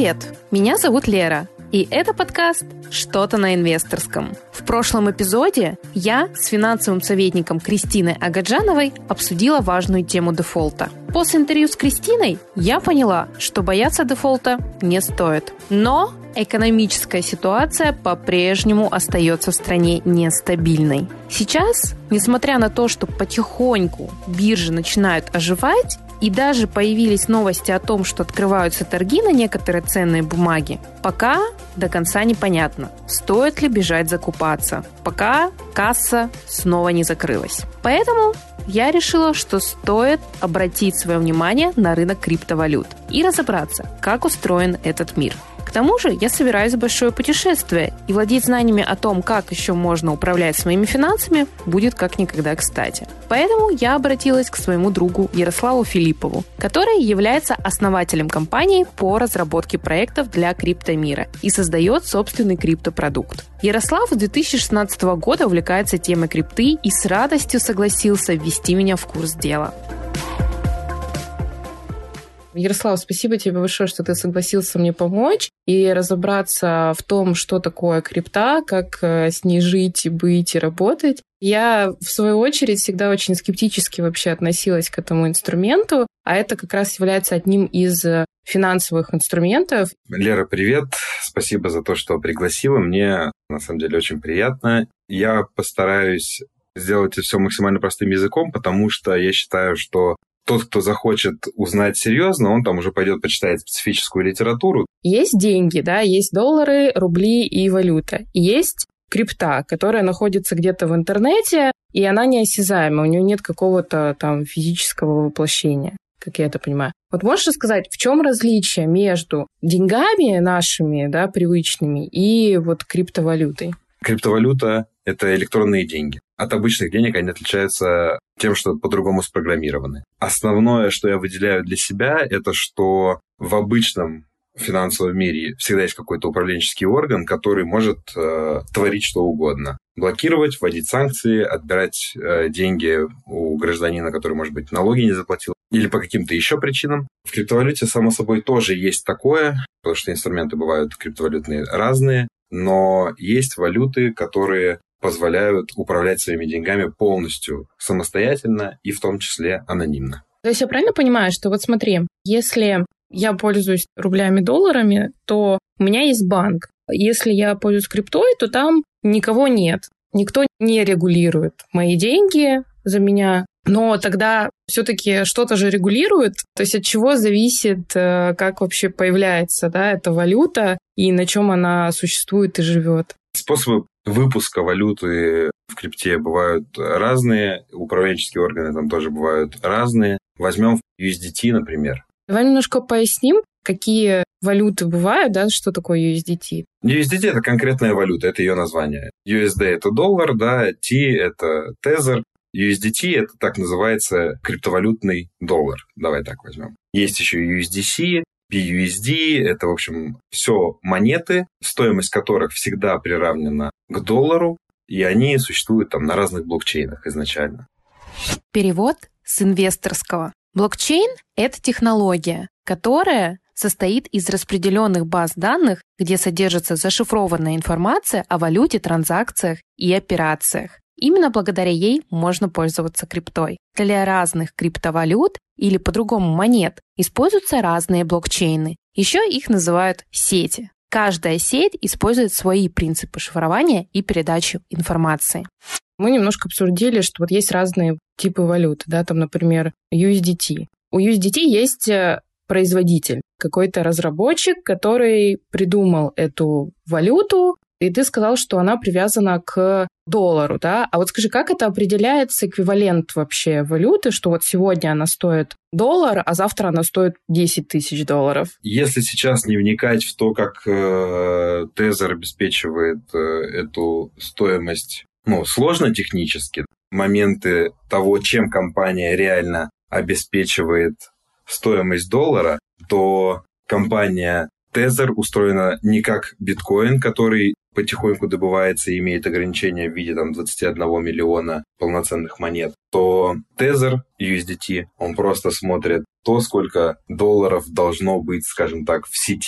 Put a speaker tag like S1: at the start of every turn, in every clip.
S1: Привет! Меня зовут Лера, и это подкаст «Что-то на инвесторском». В прошлом эпизоде я с финансовым советником Кристиной Агаджановой обсудила важную тему дефолта. После интервью с Кристиной я поняла, что бояться дефолта не стоит. Но экономическая ситуация по-прежнему остается в стране нестабильной. Сейчас, несмотря на то, что потихоньку биржи начинают оживать, и даже появились новости о том, что открываются торги на некоторые ценные бумаги, пока до конца непонятно, стоит ли бежать закупаться, пока касса снова не закрылась. Поэтому я решила, что стоит обратить свое внимание на рынок криптовалют и разобраться, как устроен этот мир. К тому же я собираюсь в большое путешествие, и владеть знаниями о том, как еще можно управлять своими финансами, будет как никогда кстати. Поэтому я обратилась к своему другу Ярославу Филиппову, который является основателем компании по разработке проектов для криптомира и создает собственный криптопродукт. Ярослав с 2016 года увлекается темой крипты и с радостью согласился ввести меня в курс дела. Ярослав, спасибо тебе большое, что ты согласился мне помочь и разобраться в том, что такое крипта, как с ней жить, и быть и работать. Я, в свою очередь, всегда очень скептически вообще относилась к этому инструменту, а это как раз является одним из финансовых инструментов.
S2: Лера, привет. Спасибо за то, что пригласила. Мне, на самом деле, очень приятно. Я постараюсь сделать это все максимально простым языком, потому что я считаю, что тот, кто захочет узнать серьезно, он там уже пойдет почитает специфическую литературу.
S1: Есть деньги, да, есть доллары, рубли и валюта. И есть крипта, которая находится где-то в интернете, и она неосязаема, у нее нет какого-то там физического воплощения, как я это понимаю. Вот можешь рассказать, в чем различие между деньгами нашими, да, привычными, и вот криптовалютой?
S2: Криптовалюта – это электронные деньги. От обычных денег они отличаются тем, что по-другому спрограммированы. Основное, что я выделяю для себя, это что в обычном финансовом мире всегда есть какой-то управленческий орган, который может творить что угодно. Блокировать, вводить санкции, отбирать деньги у гражданина, который, может быть, налоги не заплатил, или по каким-то еще причинам. В криптовалюте, само собой, тоже есть такое, потому что инструменты бывают криптовалютные разные, но есть валюты, которые позволяют управлять своими деньгами полностью самостоятельно и в том числе анонимно.
S1: То есть я правильно понимаю, что вот смотри, если я пользуюсь рублями, долларами, то у меня есть банк. Если я пользуюсь криптой, то там никого нет. Никто не регулирует мои деньги за меня. Но тогда все-таки что-то же регулирует. То есть от чего зависит, как вообще появляется, да, эта валюта и на чем она существует и живет.
S2: Способы выпуска валюты в крипте бывают разные, управленческие органы там тоже бывают разные. Возьмем USDT, например.
S1: Давай немножко поясним, какие валюты бывают, да, что такое USDT.
S2: USDT – это конкретная валюта, это ее название. USD – это доллар, да, T – это тезер. USDT – это так называется криптовалютный доллар. Давай так возьмем. Есть еще USDC, BUSD – это, в общем, все монеты, стоимость которых всегда приравнена к доллару, и они существуют там на разных блокчейнах изначально.
S1: Перевод с инвесторского. Блокчейн – это технология, которая состоит из распределенных баз данных, где содержится зашифрованная информация о валюте, транзакциях и операциях. Именно благодаря ей можно пользоваться криптой. Для разных криптовалют или по-другому монет используются разные блокчейны. Еще их называют сети. Каждая сеть использует свои принципы шифрования и передачи информации. Мы немножко обсудили, что вот есть разные типы валют, да, там, например, USDT. У USDT есть производитель, какой-то разработчик, который придумал эту валюту, и ты сказал, что она привязана к доллару, да? А вот скажи, как это определяется эквивалент вообще валюты, что вот сегодня она стоит $1, а завтра она стоит $10 тысяч?
S2: Если сейчас не вникать в то, как тезер обеспечивает эту стоимость, сложно технически. Моменты того, чем компания реально обеспечивает стоимость доллара, то компания Tether устроена не как биткоин, который потихоньку добывается и имеет ограничения в виде 21 миллиона полноценных монет, то Tether USDT, он просто смотрит то, сколько долларов должно быть, скажем так, в сети,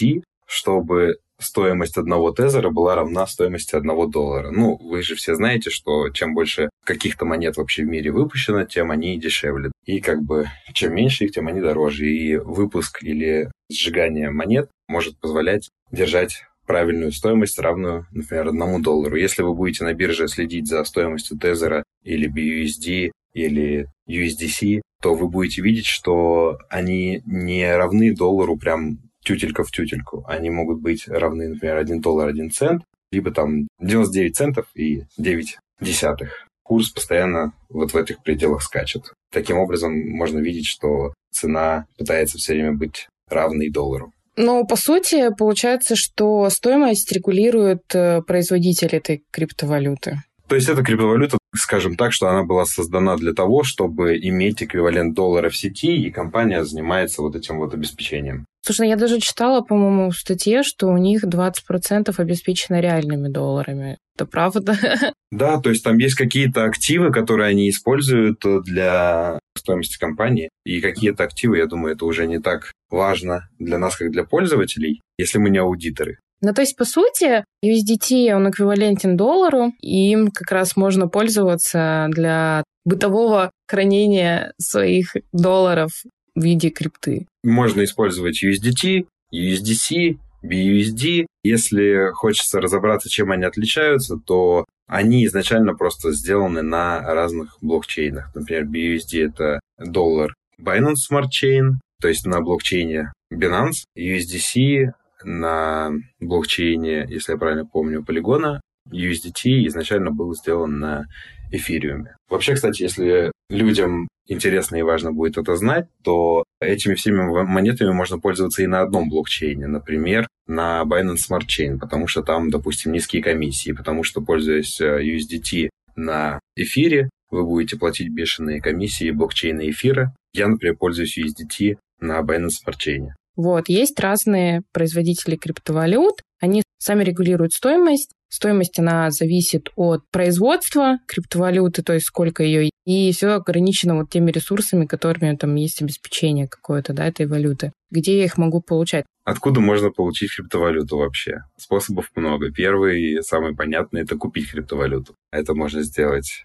S2: чтобы стоимость одного тезера была равна стоимости $1. Ну, вы же все знаете, что чем больше каких-то монет вообще в мире выпущено, тем они дешевле. И как бы чем меньше их, тем они дороже. И выпуск или сжигание монет может позволять держать правильную стоимость, равную, например, $1. Если вы будете на бирже следить за стоимостью тезера или BUSD, или USDC, то вы будете видеть, что они не равны доллару прям тютелька в тютельку. Они могут быть равны, например, $1 1 цент, либо там 99 центов и 9 десятых. Курс постоянно вот в этих пределах скачет. Таким образом, можно видеть, что цена пытается все время быть равной доллару.
S1: Но, по сути, получается, что стоимость регулирует производитель этой криптовалюты.
S2: То есть эта криптовалюта, скажем так, что она была создана для того, чтобы иметь эквивалент доллара в сети, и компания занимается вот этим вот обеспечением.
S1: Слушай, я даже читала, по-моему, в статье, что у них 20% обеспечено реальными долларами. Это правда?
S2: Да, то есть там есть какие-то активы, которые они используют для стоимости компании, и какие-то активы, я думаю, это уже не так важно для нас, как для пользователей, если мы не аудиторы.
S1: Ну, то есть, по сути, USDT, он эквивалентен доллару, и им как раз можно пользоваться для бытового хранения своих долларов в виде крипты.
S2: Можно использовать USDT, USDC, BUSD. Если хочется разобраться, чем они отличаются, то они изначально просто сделаны на разных блокчейнах. Например, BUSD — это доллар Binance Smart Chain, то есть на блокчейне Binance, USDC на блокчейне, если я правильно помню, Polygon. USDT изначально был сделан на эфириуме. Вообще, кстати, если людям интересно и важно будет это знать, то этими всеми монетами можно пользоваться и на одном блокчейне, например, на Binance Smart Chain, потому что там, допустим, низкие комиссии, потому что, пользуясь USDT на эфире, вы будете платить бешеные комиссии блокчейна эфира. Я, например, пользуюсь USDT на Binance Smart Chain.
S1: Вот, есть разные производители криптовалют, они сами регулируют стоимость. Стоимость, она зависит от производства криптовалюты, то есть сколько ее, и все ограничено вот теми ресурсами, которыми там есть обеспечение какое-то, да, этой валюты. Где я их могу получать?
S2: Откуда можно получить криптовалюту вообще? Способов много. Первый, самый понятный, это купить криптовалюту. Это можно сделать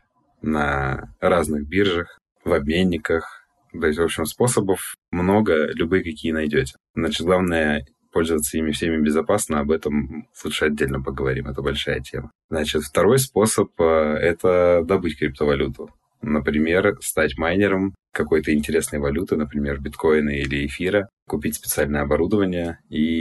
S2: на разных биржах, в обменниках. То есть, в общем, способов много, любые какие найдете. Значит, главное пользоваться ими всеми безопасно, об этом лучше отдельно поговорим, это большая тема. Значит, второй способ – это добыть криптовалюту. Например, стать майнером какой-то интересной валюты, например, биткоина или эфира, купить специальное оборудование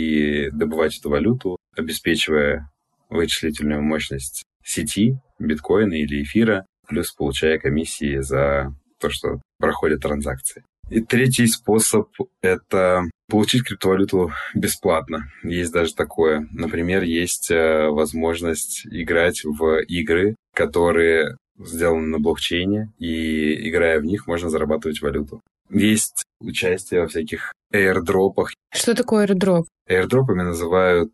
S2: и добывать эту валюту, обеспечивая вычислительную мощность сети биткоина или эфира, плюс получая комиссии за то, что проходят транзакции. И третий способ – это получить криптовалюту бесплатно. Есть даже такое. Например, есть возможность играть в игры, которые сделаны на блокчейне, и, играя в них, можно зарабатывать валюту. Есть участие во всяких airdropах.
S1: Что такое airdrop?
S2: Airdropами называют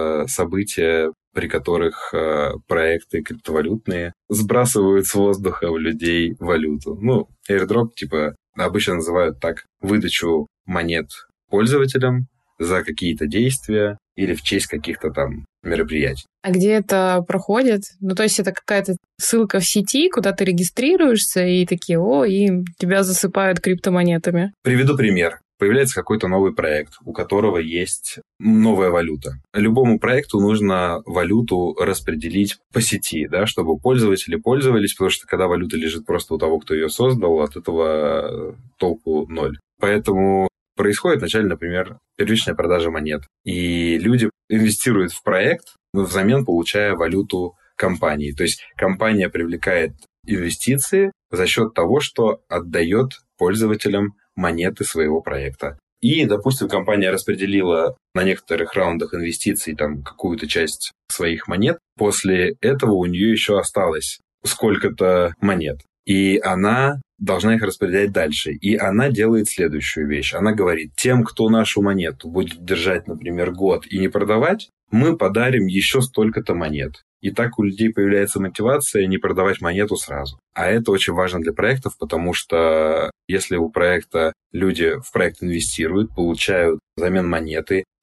S2: события, при которых проекты криптовалютные сбрасывают с воздуха в людей валюту. Ну, airdrop, типа, обычно называют так выдачу монет пользователям за какие-то действия или в честь каких-то там мероприятий.
S1: А где это проходит? Ну, то есть это какая-то ссылка в сети, куда ты регистрируешься, и такие, и тебя засыпают криптомонетами.
S2: Приведу пример. Появляется какой-то новый проект, у которого есть новая валюта. Любому проекту нужно валюту распределить по сети, да, чтобы пользователи пользовались, потому что когда валюта лежит просто у того, кто ее создал, от этого толку ноль. Поэтому происходит вначале, например, первичная продажа монет. И люди инвестируют в проект, взамен получая валюту компании. То есть компания привлекает инвестиции за счет того, что отдает пользователям монеты своего проекта. И, допустим, компания распределила на некоторых раундах инвестиций там какую-то часть своих монет. После этого у нее еще осталось сколько-то монет. И она должна их распределять дальше. И она делает следующую вещь. Она говорит, тем, кто нашу монету будет держать, например, год и не продавать, мы подарим еще столько-то монет. И так у людей появляется мотивация не продавать монету сразу. А это очень важно для проектов, потому что если у проекта люди в проект инвестируют, получают взамен монеты,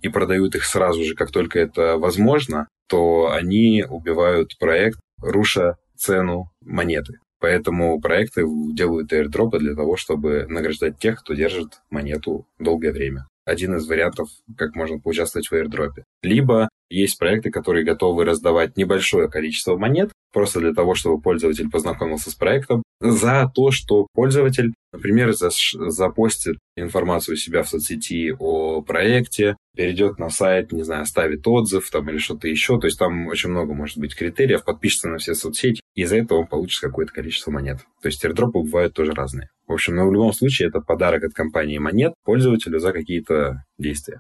S2: и продают их сразу же, как только это возможно, то они убивают проект, руша цену монеты. Поэтому проекты делают airdropы для того, чтобы награждать тех, кто держит монету долгое время. Один из вариантов, как можно поучаствовать в airdropе. Либо есть проекты, которые готовы раздавать небольшое количество монет, просто для того, чтобы пользователь познакомился с проектом, за то, что пользователь, например, запостит информацию у себя в соцсети о проекте, перейдет на сайт, не знаю, оставит отзыв там, или что-то еще. То есть там очень много может быть критериев, подпишется на все соцсети, и из-за этого он получит какое-то количество монет. То есть airdropы бывают тоже разные. В общем, но в любом случае это подарок от компании монет пользователю за какие-то действия.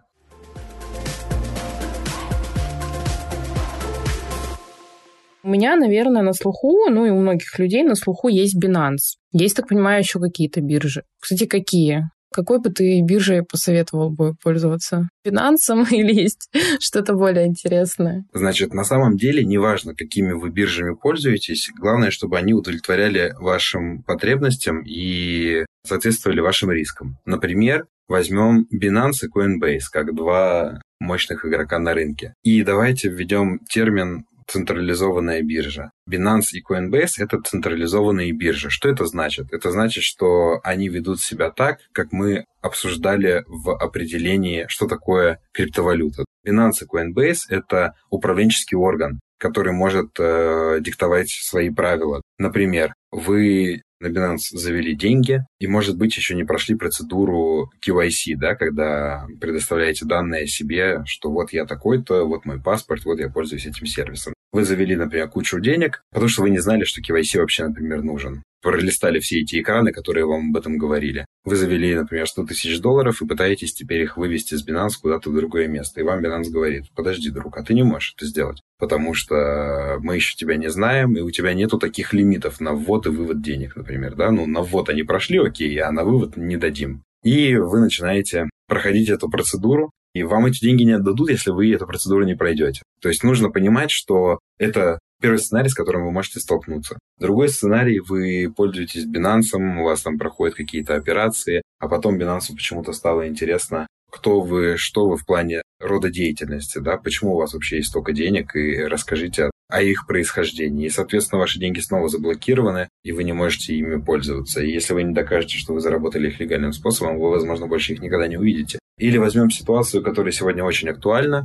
S1: У меня, наверное, на слуху, и у многих людей на слуху есть Binance. Есть, так понимаю, еще какие-то биржи. Кстати, какие? Какой бы ты биржей посоветовал бы пользоваться? Binance или есть что-то более интересное?
S2: Значит, на самом деле, неважно, какими вы биржами пользуетесь, главное, чтобы они удовлетворяли вашим потребностям и соответствовали вашим рискам. Например, возьмем Binance и Coinbase как два мощных игрока на рынке. И давайте введем термин централизованная биржа. Binance и Coinbase – это централизованные биржи. Что это значит? Это значит, что они ведут себя так, как мы обсуждали в определении, что такое криптовалюта. Binance и Coinbase – это управленческий орган, который может диктовать свои правила. Например, вы на Binance завели деньги и, может быть, еще не прошли процедуру KYC, да, когда предоставляете данные о себе, что вот я такой-то, вот мой паспорт, вот я пользуюсь этим сервисом. Вы завели, например, кучу денег, потому что вы не знали, что KYC вообще, например, нужен. Пролистали все эти экраны, которые вам об этом говорили. Вы завели, например, $100 000 и пытаетесь теперь их вывести с Binance куда-то в другое место. И вам Binance говорит: подожди, друг, а ты не можешь это сделать, потому что мы еще тебя не знаем, и у тебя нету таких лимитов на ввод и вывод денег, например. Да? На ввод они прошли, окей, а на вывод не дадим. И вы начинаете проходить эту процедуру, и вам эти деньги не отдадут, если вы эту процедуру не пройдете. То есть нужно понимать, что это первый сценарий, с которым вы можете столкнуться. Другой сценарий, вы пользуетесь Binance, у вас там проходят какие-то операции, а потом Binance почему-то стало интересно, кто вы, что вы в плане рода деятельности, да, почему у вас вообще есть столько денег, и расскажите о их происхождении. И, соответственно, ваши деньги снова заблокированы, и вы не можете ими пользоваться. И если вы не докажете, что вы заработали их легальным способом, вы, возможно, больше их никогда не увидите. Или возьмем ситуацию, которая сегодня очень актуальна.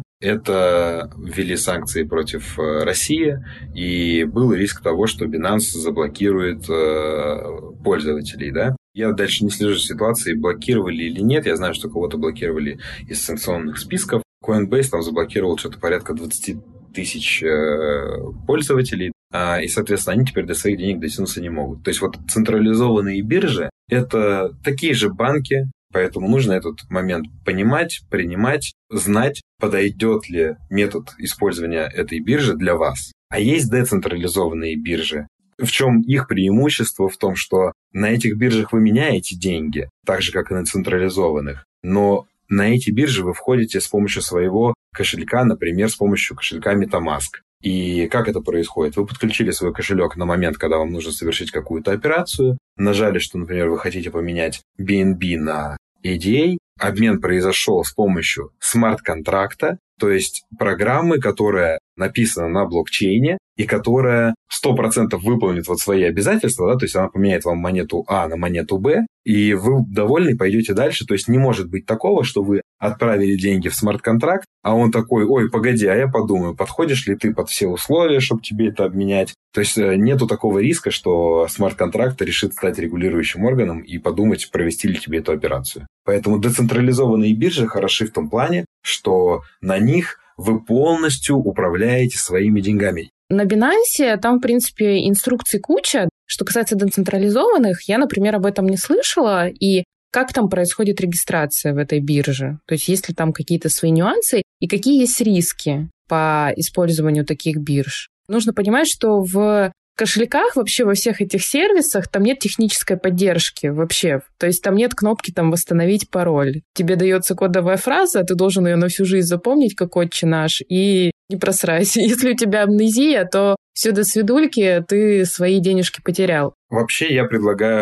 S2: Это ввели санкции против России, и был риск того, что Binance заблокирует пользователей, да. Я дальше не слежу за ситуацией, блокировали или нет. Я знаю, что кого-то блокировали из санкционных списков. Coinbase там заблокировал что-то порядка 20 тысяч пользователей, и, соответственно, они теперь до своих денег дотянуться не могут. То есть вот централизованные биржи – это такие же банки, поэтому нужно этот момент понимать, принимать, знать, подойдет ли метод использования этой биржи для вас. А есть децентрализованные биржи. В чем их преимущество? В том, что на этих биржах вы меняете деньги, так же, как и на централизованных, но на эти биржи вы входите с помощью своего кошелька, например, с помощью кошелька MetaMask. И как это происходит? Вы подключили свой кошелек на момент, когда вам нужно совершить какую-то операцию, нажали, что, например, вы хотите поменять BNB на ADA, обмен произошел с помощью смарт-контракта, то есть программы, которая написана на блокчейне и которая 100% выполнит вот свои обязательства, да, то есть она поменяет вам монету А на монету Б, и вы довольны, пойдете дальше. То есть не может быть такого, что вы отправили деньги в смарт-контракт, а он такой: ой, погоди, а я подумаю, подходишь ли ты под все условия, чтобы тебе это обменять. То есть нету такого риска, что смарт-контракт решит стать регулирующим органом и подумать, провести ли тебе эту операцию. Поэтому децентрализованные биржи хороши в том плане, что на них вы полностью управляете своими деньгами.
S1: На Binance там, в принципе, инструкций куча. Что касается децентрализованных, я, например, об этом не слышала. И как там происходит регистрация в этой бирже? То есть есть ли там какие-то свои нюансы? И какие есть риски по использованию таких бирж? Нужно понимать, что в кошельках вообще во всех этих сервисах там нет технической поддержки вообще. То есть там нет кнопки там «Восстановить пароль». Тебе дается кодовая фраза, ты должен ее на всю жизнь запомнить, как отче наш, и не просрайся. Если у тебя амнезия, то все, до свидульки, ты свои денежки потерял.
S2: Вообще я предлагаю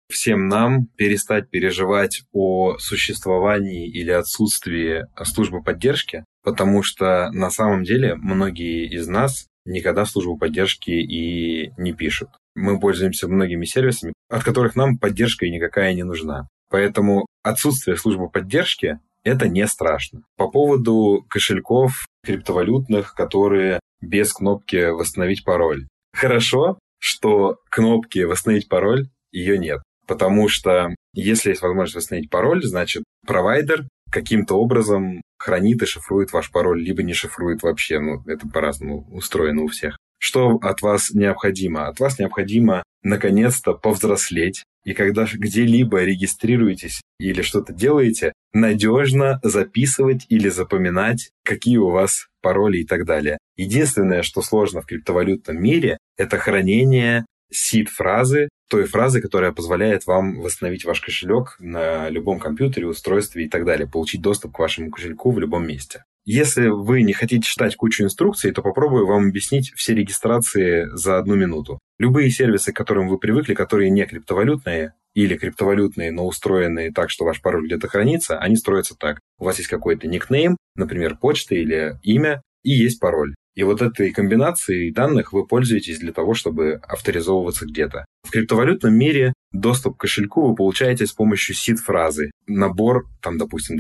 S2: всем нам перестать переживать о существовании или отсутствии службы поддержки, потому что на самом деле многие из нас никогда в службу поддержки и не пишут. Мы пользуемся многими сервисами, от которых нам поддержка и никакая не нужна. Поэтому отсутствие службы поддержки – это не страшно. По поводу кошельков криптовалютных, которые без кнопки «Восстановить пароль». Хорошо, что кнопки «Восстановить пароль» ее нет. Потому что если есть возможность восстановить пароль, значит, провайдер каким-то образом хранит и шифрует ваш пароль, либо не шифрует вообще. Это по-разному устроено у всех. Что от вас необходимо? От вас необходимо, наконец-то, повзрослеть. И когда где-либо регистрируетесь или что-то делаете, надежно записывать или запоминать, какие у вас пароли и так далее. Единственное, что сложно в криптовалютном мире, это хранение сид-фразы, той фразы, которая позволяет вам восстановить ваш кошелек на любом компьютере, устройстве и так далее, получить доступ к вашему кошельку в любом месте. Если вы не хотите читать кучу инструкций, то попробую вам объяснить все регистрации за 1 минуту. Любые сервисы, к которым вы привыкли, которые не криптовалютные или криптовалютные, но устроенные так, что ваш пароль где-то хранится, они строятся так. У вас есть какой-то никнейм, например, почта или имя, и есть пароль. И вот этой комбинацией данных вы пользуетесь для того, чтобы авторизовываться где-то. В криптовалютном мире доступ к кошельку вы получаете с помощью сид-фразы. Набор, допустим,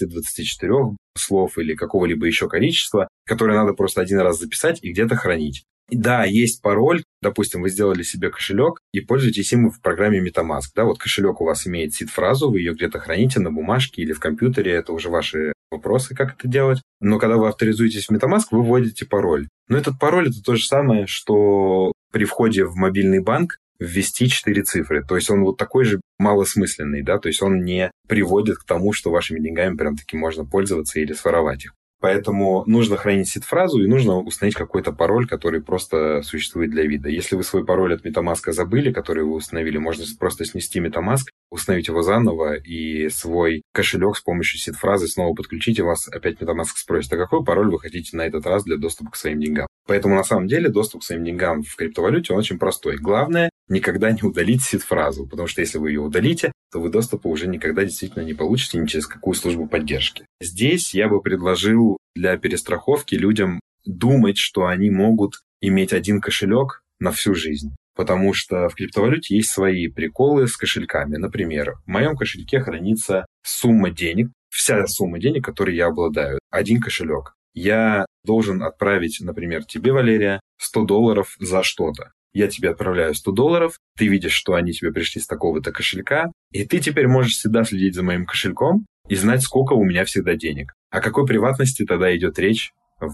S2: 12-24 слов или какого-либо еще количества, которое надо просто один раз записать и где-то хранить. Да, есть пароль, допустим, вы сделали себе кошелек и пользуетесь им в программе MetaMask. Да, вот кошелек у вас имеет сид-фразу, вы ее где-то храните на бумажке или в компьютере, это уже ваши вопросы, как это делать. Но когда вы авторизуетесь в MetaMask, вы вводите пароль. Но этот пароль – это то же самое, что при входе в мобильный банк ввести 4 цифры. То есть он вот такой же малосмысленный, да, то есть он не приводит к тому, что вашими деньгами прям-таки можно пользоваться или своровать их. Поэтому нужно хранить сид-фразу и нужно установить какой-то пароль, который просто существует для вида. Если вы свой пароль от MetaMask забыли, который вы установили, можно просто снести MetaMask, установить его заново и свой кошелек с помощью сид-фразы снова подключить, и вас опять MetaMask спросит, а какой пароль вы хотите на этот раз для доступа к своим деньгам. Поэтому на самом деле доступ к своим деньгам в криптовалюте, он очень простой. Главное, никогда не удалить сид-фразу, потому что если вы ее удалите, то вы доступа уже никогда действительно не получите ни через какую службу поддержки. Здесь я бы предложил для перестраховки людям думать, что они могут иметь один кошелек на всю жизнь. Потому что в криптовалюте есть свои приколы с кошельками. Например, в моем кошельке хранится сумма денег, вся сумма денег, которой я обладаю. Один кошелек. Я должен отправить, например, тебе, Валерия, $100 за что-то. Я тебе отправляю $100, ты видишь, что они тебе пришли с такого-то кошелька, и ты теперь можешь всегда следить за моим кошельком и знать, сколько у меня всегда денег. О какой приватности тогда идет речь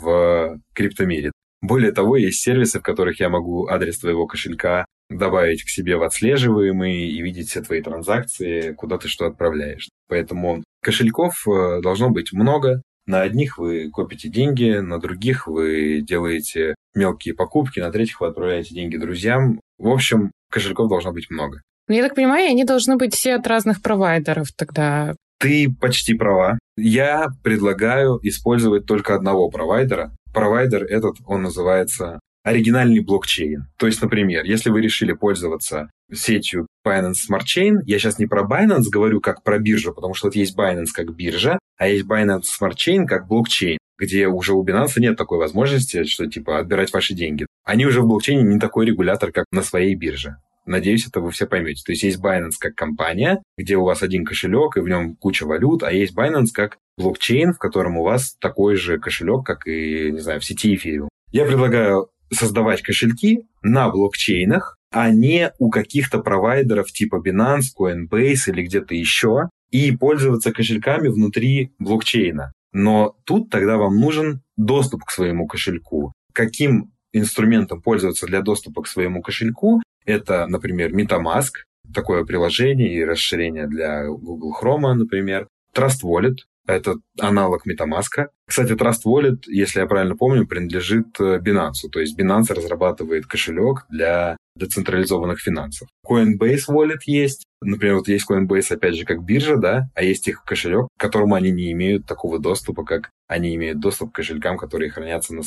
S2: в криптомире? Более того, есть сервисы, в которых я могу адрес твоего кошелька добавить к себе в отслеживаемые и видеть все твои транзакции, куда ты что отправляешь. Поэтому кошельков должно быть много. На одних вы копите деньги, на других вы делаете мелкие покупки, на третьих вы отправляете деньги друзьям. В общем, кошельков должно быть много.
S3: Я так понимаю, они должны быть все от разных провайдеров тогда.
S2: Ты почти права. Я предлагаю использовать только одного провайдера. Провайдер этот, он называется оригинальный блокчейн. То есть, например, если вы решили пользоваться сетью Binance Smart Chain, я сейчас не про Binance говорю как про биржу, потому что вот есть Binance как биржа, а есть Binance Smart Chain как блокчейн, где уже у Binance нет такой возможности, что типа отбирать ваши деньги. Они уже в блокчейне не такой регулятор, как на своей бирже. Надеюсь, это вы все поймете. То есть есть Binance как компания, где у вас один кошелек, и в нем куча валют, а есть Binance как блокчейн, в котором у вас такой же кошелек, как и, не знаю, в сети Ethereum. Я предлагаю создавать кошельки на блокчейнах, а не у каких-то провайдеров типа Binance, Coinbase или где-то еще, и пользоваться кошельками внутри блокчейна. Но тут тогда вам нужен доступ к своему кошельку. Каким инструментом пользоваться для доступа к своему кошельку? Это, например, MetaMask, такое приложение и расширение для Google Chrome, например. Trust Wallet – это аналог MetaMask. Кстати, Trust Wallet, если я правильно помню, принадлежит Binance. То есть Binance разрабатывает кошелек для децентрализованных финансов. Coinbase Wallet есть. Например, вот есть Coinbase, опять же, как биржа, да, а есть их кошелек, к которому они не имеют такого доступа, как они имеют доступ к кошелькам, которые хранятся на самом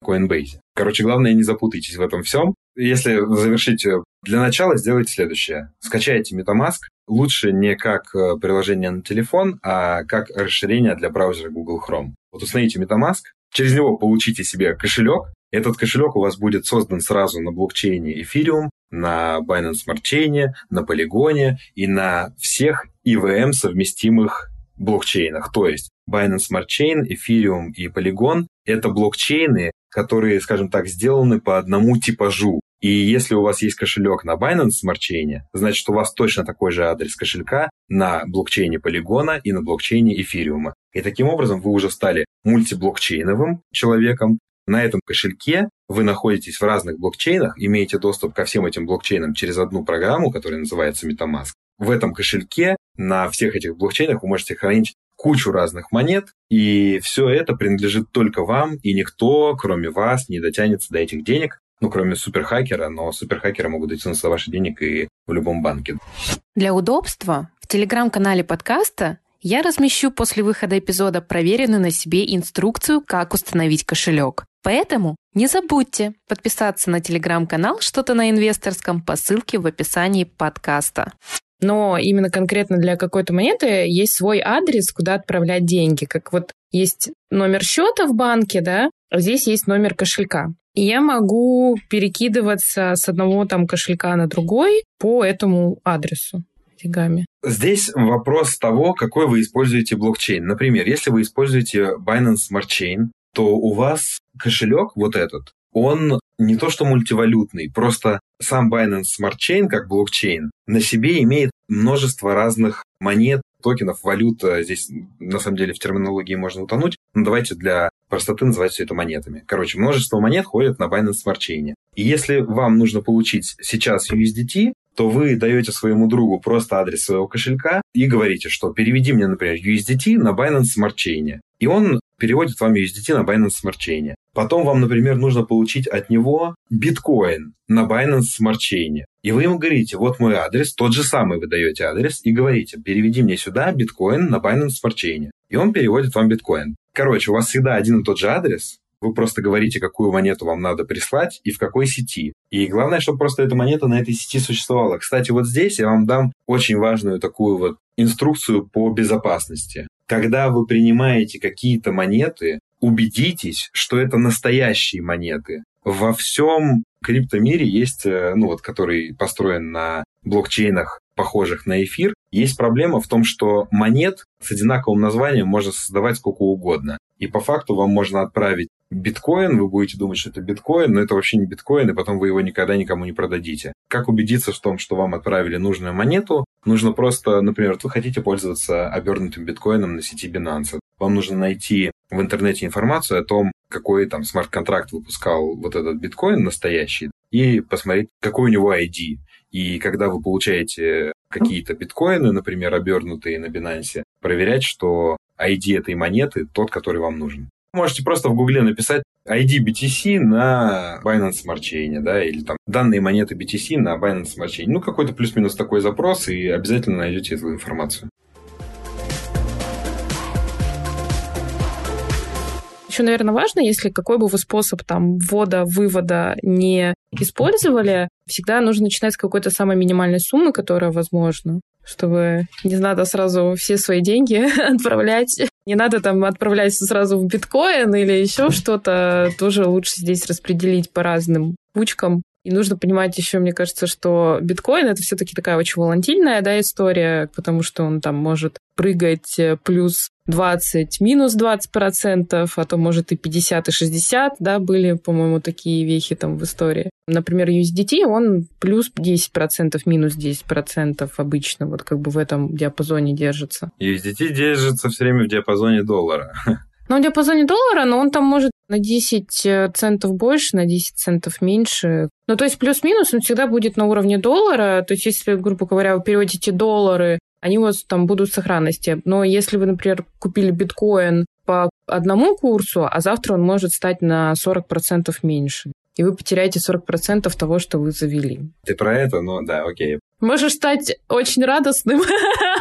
S2: Coinbase. Короче, главное, не запутайтесь в этом всем. Если завершить, для начала сделайте следующее. Скачайте MetaMask. Лучше не как приложение на телефон, а как расширение для браузера Google Chrome. Вот установите MetaMask, через него получите себе кошелек. Этот кошелек у вас будет создан сразу на блокчейне Ethereum, на Binance Smart Chain, на Polygon и на всех EVM совместимых блокчейнах. То есть Binance Smart Chain, Ethereum и Polygon – это блокчейны, которые, скажем так, сделаны по одному типажу. И если у вас есть кошелек на Binance Smart Chain, значит, у вас точно такой же адрес кошелька на блокчейне Polygon и на блокчейне Ethereum. И таким образом вы уже стали мультиблокчейновым человеком. На этом кошельке вы находитесь в разных блокчейнах, имеете доступ ко всем этим блокчейнам через одну программу, которая называется MetaMask. В этом кошельке на всех этих блокчейнах вы можете хранить кучу разных монет, и все это принадлежит только вам, и никто, кроме вас, не дотянется до этих денег, кроме суперхакера, но суперхакеры могут дотянуться до ваших денег и в любом банке.
S1: Для удобства в телеграм-канале подкаста я размещу после выхода эпизода проверенную на себе инструкцию, как установить кошелек. Поэтому не забудьте подписаться на телеграм-канал «Что-то на инвесторском» по ссылке в описании подкаста.
S3: Но именно конкретно для какой-то монеты есть свой адрес, куда отправлять деньги. Как вот есть номер счета в банке, да, а здесь есть номер кошелька. И я могу перекидываться с одного там кошелька на другой по этому адресу деньгами.
S2: Здесь вопрос того, какой вы используете блокчейн. Например, если вы используете Binance Smart Chain, то у вас кошелек вот этот, он не то что мультивалютный, просто сам Binance Smart Chain, как блокчейн, на себе имеет множество разных монет, токенов, валют. Здесь, на самом деле, в терминологии можно утонуть, но давайте для простоты называть все это монетами. Короче, множество монет ходят на Binance Smart Chain. И если вам нужно получить сейчас USDT, то вы даете своему другу просто адрес своего кошелька и говорите, что переведи мне, например, USDT на Binance Smart Chain. И он переводит вам USDT на Binance Smart Chain. Потом вам, например, нужно получить от него биткоин на Binance Smart Chain. И вы ему говорите, вот мой адрес, тот же самый вы даете адрес, и говорите, переведи мне сюда биткоин на Binance Smart Chain. И он переводит вам биткоин. Короче, у вас всегда один и тот же адрес, вы просто говорите, какую монету вам надо прислать и в какой сети. И главное, чтобы просто эта монета на этой сети существовала. Кстати, вот здесь я вам дам очень важную такую вот инструкцию по безопасности. Когда вы принимаете какие-то монеты, убедитесь, что это настоящие монеты. Во всем криптомире есть, который построен на блокчейнах, похожих на эфир, есть проблема в том, что монет с одинаковым названием можно создавать сколько угодно. И по факту вам можно отправить биткоин, вы будете думать, что это биткоин, но это вообще не биткоин, и потом вы его никогда никому не продадите. Как убедиться в том, что вам отправили нужную монету? Нужно просто, например, вы хотите пользоваться обернутым биткоином на сети Binance. Вам нужно найти в интернете информацию о том, какой там смарт-контракт выпускал вот этот биткоин настоящий, и посмотреть, какой у него ID. И когда вы получаете какие-то биткоины, например, обернутые на Binance, проверять, что ID этой монеты тот, который вам нужен. Можете просто в Гугле написать ID BTC на Binance Smart Chain, да, или там данные монеты BTC на Binance Smart Chain. Какой-то плюс-минус такой запрос, и обязательно найдете эту информацию.
S3: Еще, наверное, важно, если какой бы вы способ там ввода-вывода не использовали, всегда нужно начинать с какой-то самой минимальной суммы, которая возможна, чтобы не надо сразу все свои деньги отправлять. Не надо там отправлять сразу в биткоин или еще что-то. Тоже лучше здесь распределить по разным кучкам. И нужно понимать еще, мне кажется, что биткоин — это все-таки такая очень волатильная, да, история, потому что он там может прыгать плюс 20, минус 20%, а то может и 50, и 60, да, были, по-моему, такие вехи там в истории. Например, USDT, он плюс 10%, минус 10% обычно, вот как бы в этом диапазоне держится.
S2: USDT держится все время в диапазоне доллара.
S3: В диапазоне доллара, но он там может на 10 центов больше, на 10 центов меньше. То есть плюс-минус он всегда будет на уровне доллара. То есть если, грубо говоря, вы переводите доллары, они у вас там будут в сохранности. Но если вы, например, купили биткоин по одному курсу, а завтра он может стать на 40% меньше, и вы потеряете 40% того, что вы завели.
S2: Ты про это? Да, окей.
S3: Можешь стать очень радостным,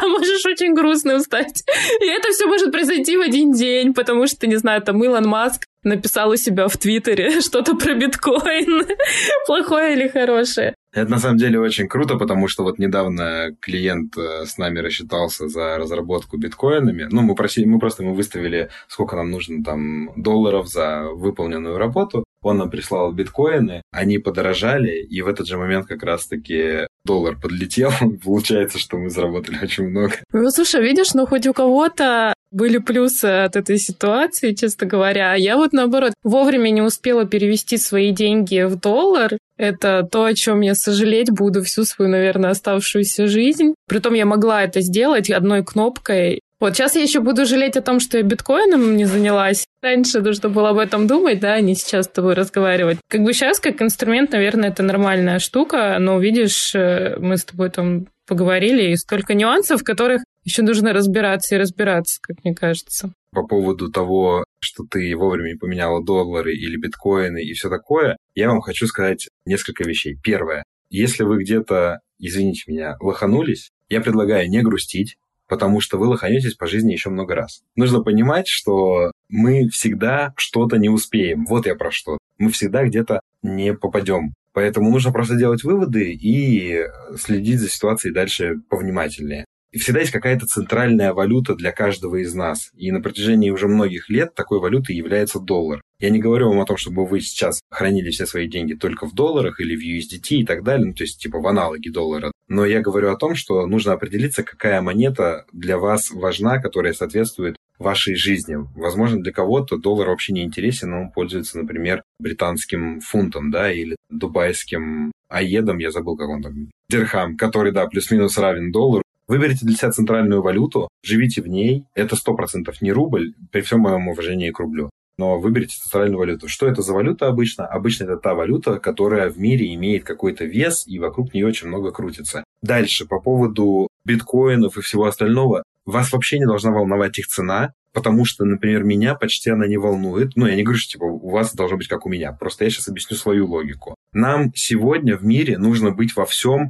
S3: можешь очень грустно стать. И это все может произойти в один день, потому что, не знаю, там Илон Маск написал у себя в Твиттере что-то про биткоин, плохое или хорошее.
S2: Это на самом деле очень круто, потому что вот недавно клиент с нами рассчитался за разработку биткоинами. Ну, мы выставили, сколько нам нужно там долларов за выполненную работу. Он нам прислал биткоины, они подорожали, и в этот же момент как раз-таки доллар подлетел. Получается, что мы заработали очень много.
S3: Ну, слушай, видишь, ну хоть у кого-то были плюсы от этой ситуации, честно говоря. Я вот, наоборот, вовремя не успела перевести свои деньги в доллар. Это то, о чем я сожалеть буду всю свою, наверное, оставшуюся жизнь. Притом я могла это сделать одной кнопкой. Вот сейчас я еще буду жалеть о том, что я биткоином не занялась. Раньше нужно было об этом думать, да, а не сейчас с тобой разговаривать. Как бы сейчас, как инструмент, наверное, это нормальная штука, но, видишь, мы с тобой там поговорили, и столько нюансов, в которых еще нужно разбираться, как мне кажется.
S2: По поводу того, что ты вовремя не поменяла доллары или биткоины и все такое, я вам хочу сказать несколько вещей. Первое. Если вы где-то, извините меня, лоханулись, я предлагаю не грустить, потому что вы лоханетесь по жизни еще много раз. Нужно понимать, что мы всегда что-то не успеем. Вот я про что. Мы всегда где-то не попадем. Поэтому нужно просто делать выводы и следить за ситуацией дальше повнимательнее. И всегда есть какая-то центральная валюта для каждого из нас. И на протяжении уже многих лет такой валютой является доллар. Я не говорю вам о том, чтобы вы сейчас хранили все свои деньги только в долларах или в USDT и так далее, ну, то есть типа в аналоге доллара. Но я говорю о том, что нужно определиться, какая монета для вас важна, которая соответствует вашей жизни. Возможно, для кого-то доллар вообще не интересен, но он пользуется, например, британским фунтом, да, или дубайским аедом, я забыл, как он там, дирхам, который, да, плюс-минус равен доллару. Выберите для себя центральную валюту, живите в ней. Это 100% не рубль, при всем моем уважении к рублю. Но выберите центральную валюту. Что это за валюта обычно? Обычно это та валюта, которая в мире имеет какой-то вес, и вокруг нее очень много крутится. Дальше, по поводу биткоинов и всего остального. Вас вообще не должна волновать их цена, потому что, например, меня почти она не волнует. Ну, я не говорю, что типа, у вас должно быть как у меня. Просто я сейчас объясню свою логику. Нам сегодня в мире нужно быть во всем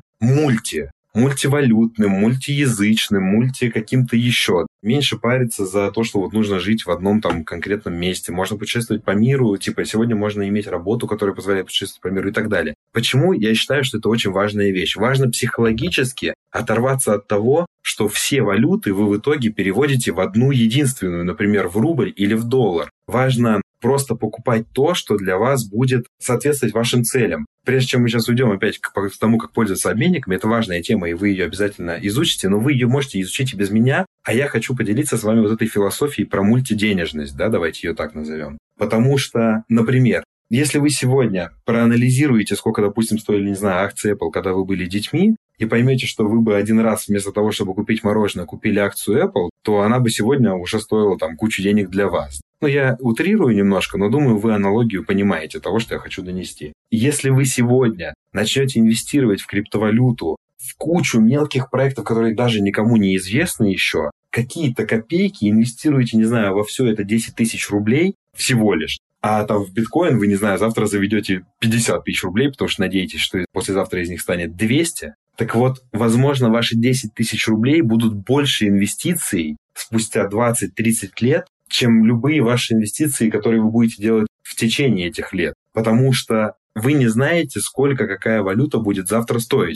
S2: мультивалютным, мультиязычным, каким-то еще. Меньше париться за то, что вот нужно жить в одном там конкретном месте. Можно путешествовать по миру, типа сегодня можно иметь работу, которая позволяет путешествовать по миру и так далее. Почему? Я считаю, что это очень важная вещь. Важно психологически оторваться от того, что все валюты вы в итоге переводите в одну единственную, например, в рубль или в доллар. Важно просто покупать то, что для вас будет соответствовать вашим целям. Прежде чем мы сейчас уйдем опять к тому, как пользоваться обменниками, это важная тема, и вы ее обязательно изучите, но вы ее можете изучить и без меня, а я хочу поделиться с вами вот этой философией про мультиденежность, да, давайте ее так назовем. Потому что, например, если вы сегодня проанализируете, сколько, допустим, стоили, не знаю, акции Apple, когда вы были детьми, и поймете, что вы бы один раз вместо того, чтобы купить мороженое, купили акцию Apple, то она бы сегодня уже стоила там кучу денег для вас. Ну, я утрирую немножко, но думаю, вы аналогию понимаете того, что я хочу донести. Если вы сегодня начнете инвестировать в криптовалюту, в кучу мелких проектов, которые даже никому не известны еще, какие-то копейки инвестируете, не знаю, во все это 10 тысяч рублей всего лишь, а там в биткоин вы, не знаю, завтра заведете 50 тысяч рублей, потому что надеетесь, что послезавтра из них станет 200. Так вот, возможно, ваши 10 тысяч рублей будут больше инвестиций спустя 20-30 лет, чем любые ваши инвестиции, которые вы будете делать в течение этих лет. Потому что вы не знаете, сколько какая валюта будет завтра стоить.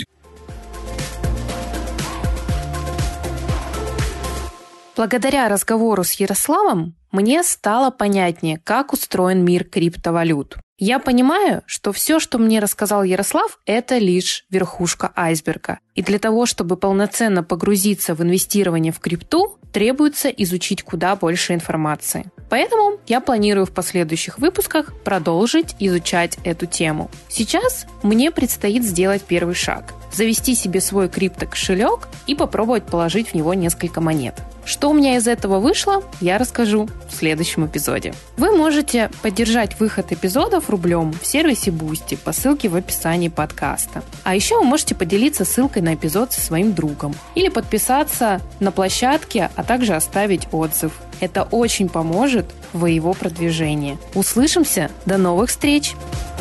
S1: Благодаря разговору с Ярославом мне стало понятнее, как устроен мир криптовалют. Я понимаю, что все, что мне рассказал Ярослав, это лишь верхушка айсберга. И для того, чтобы полноценно погрузиться в инвестирование в крипту, требуется изучить куда больше информации. Поэтому я планирую в последующих выпусках продолжить изучать эту тему. Сейчас мне предстоит сделать первый шаг – завести себе свой криптокошелек и попробовать положить в него несколько монет. Что у меня из этого вышло, я расскажу в следующем эпизоде. Вы можете поддержать выход эпизодов рублем в сервисе Boosty по ссылке в описании подкаста. А еще вы можете поделиться ссылкой на эпизод со своим другом или подписаться на площадке, а также оставить отзыв. Это очень поможет в его продвижении. Услышимся! До новых встреч!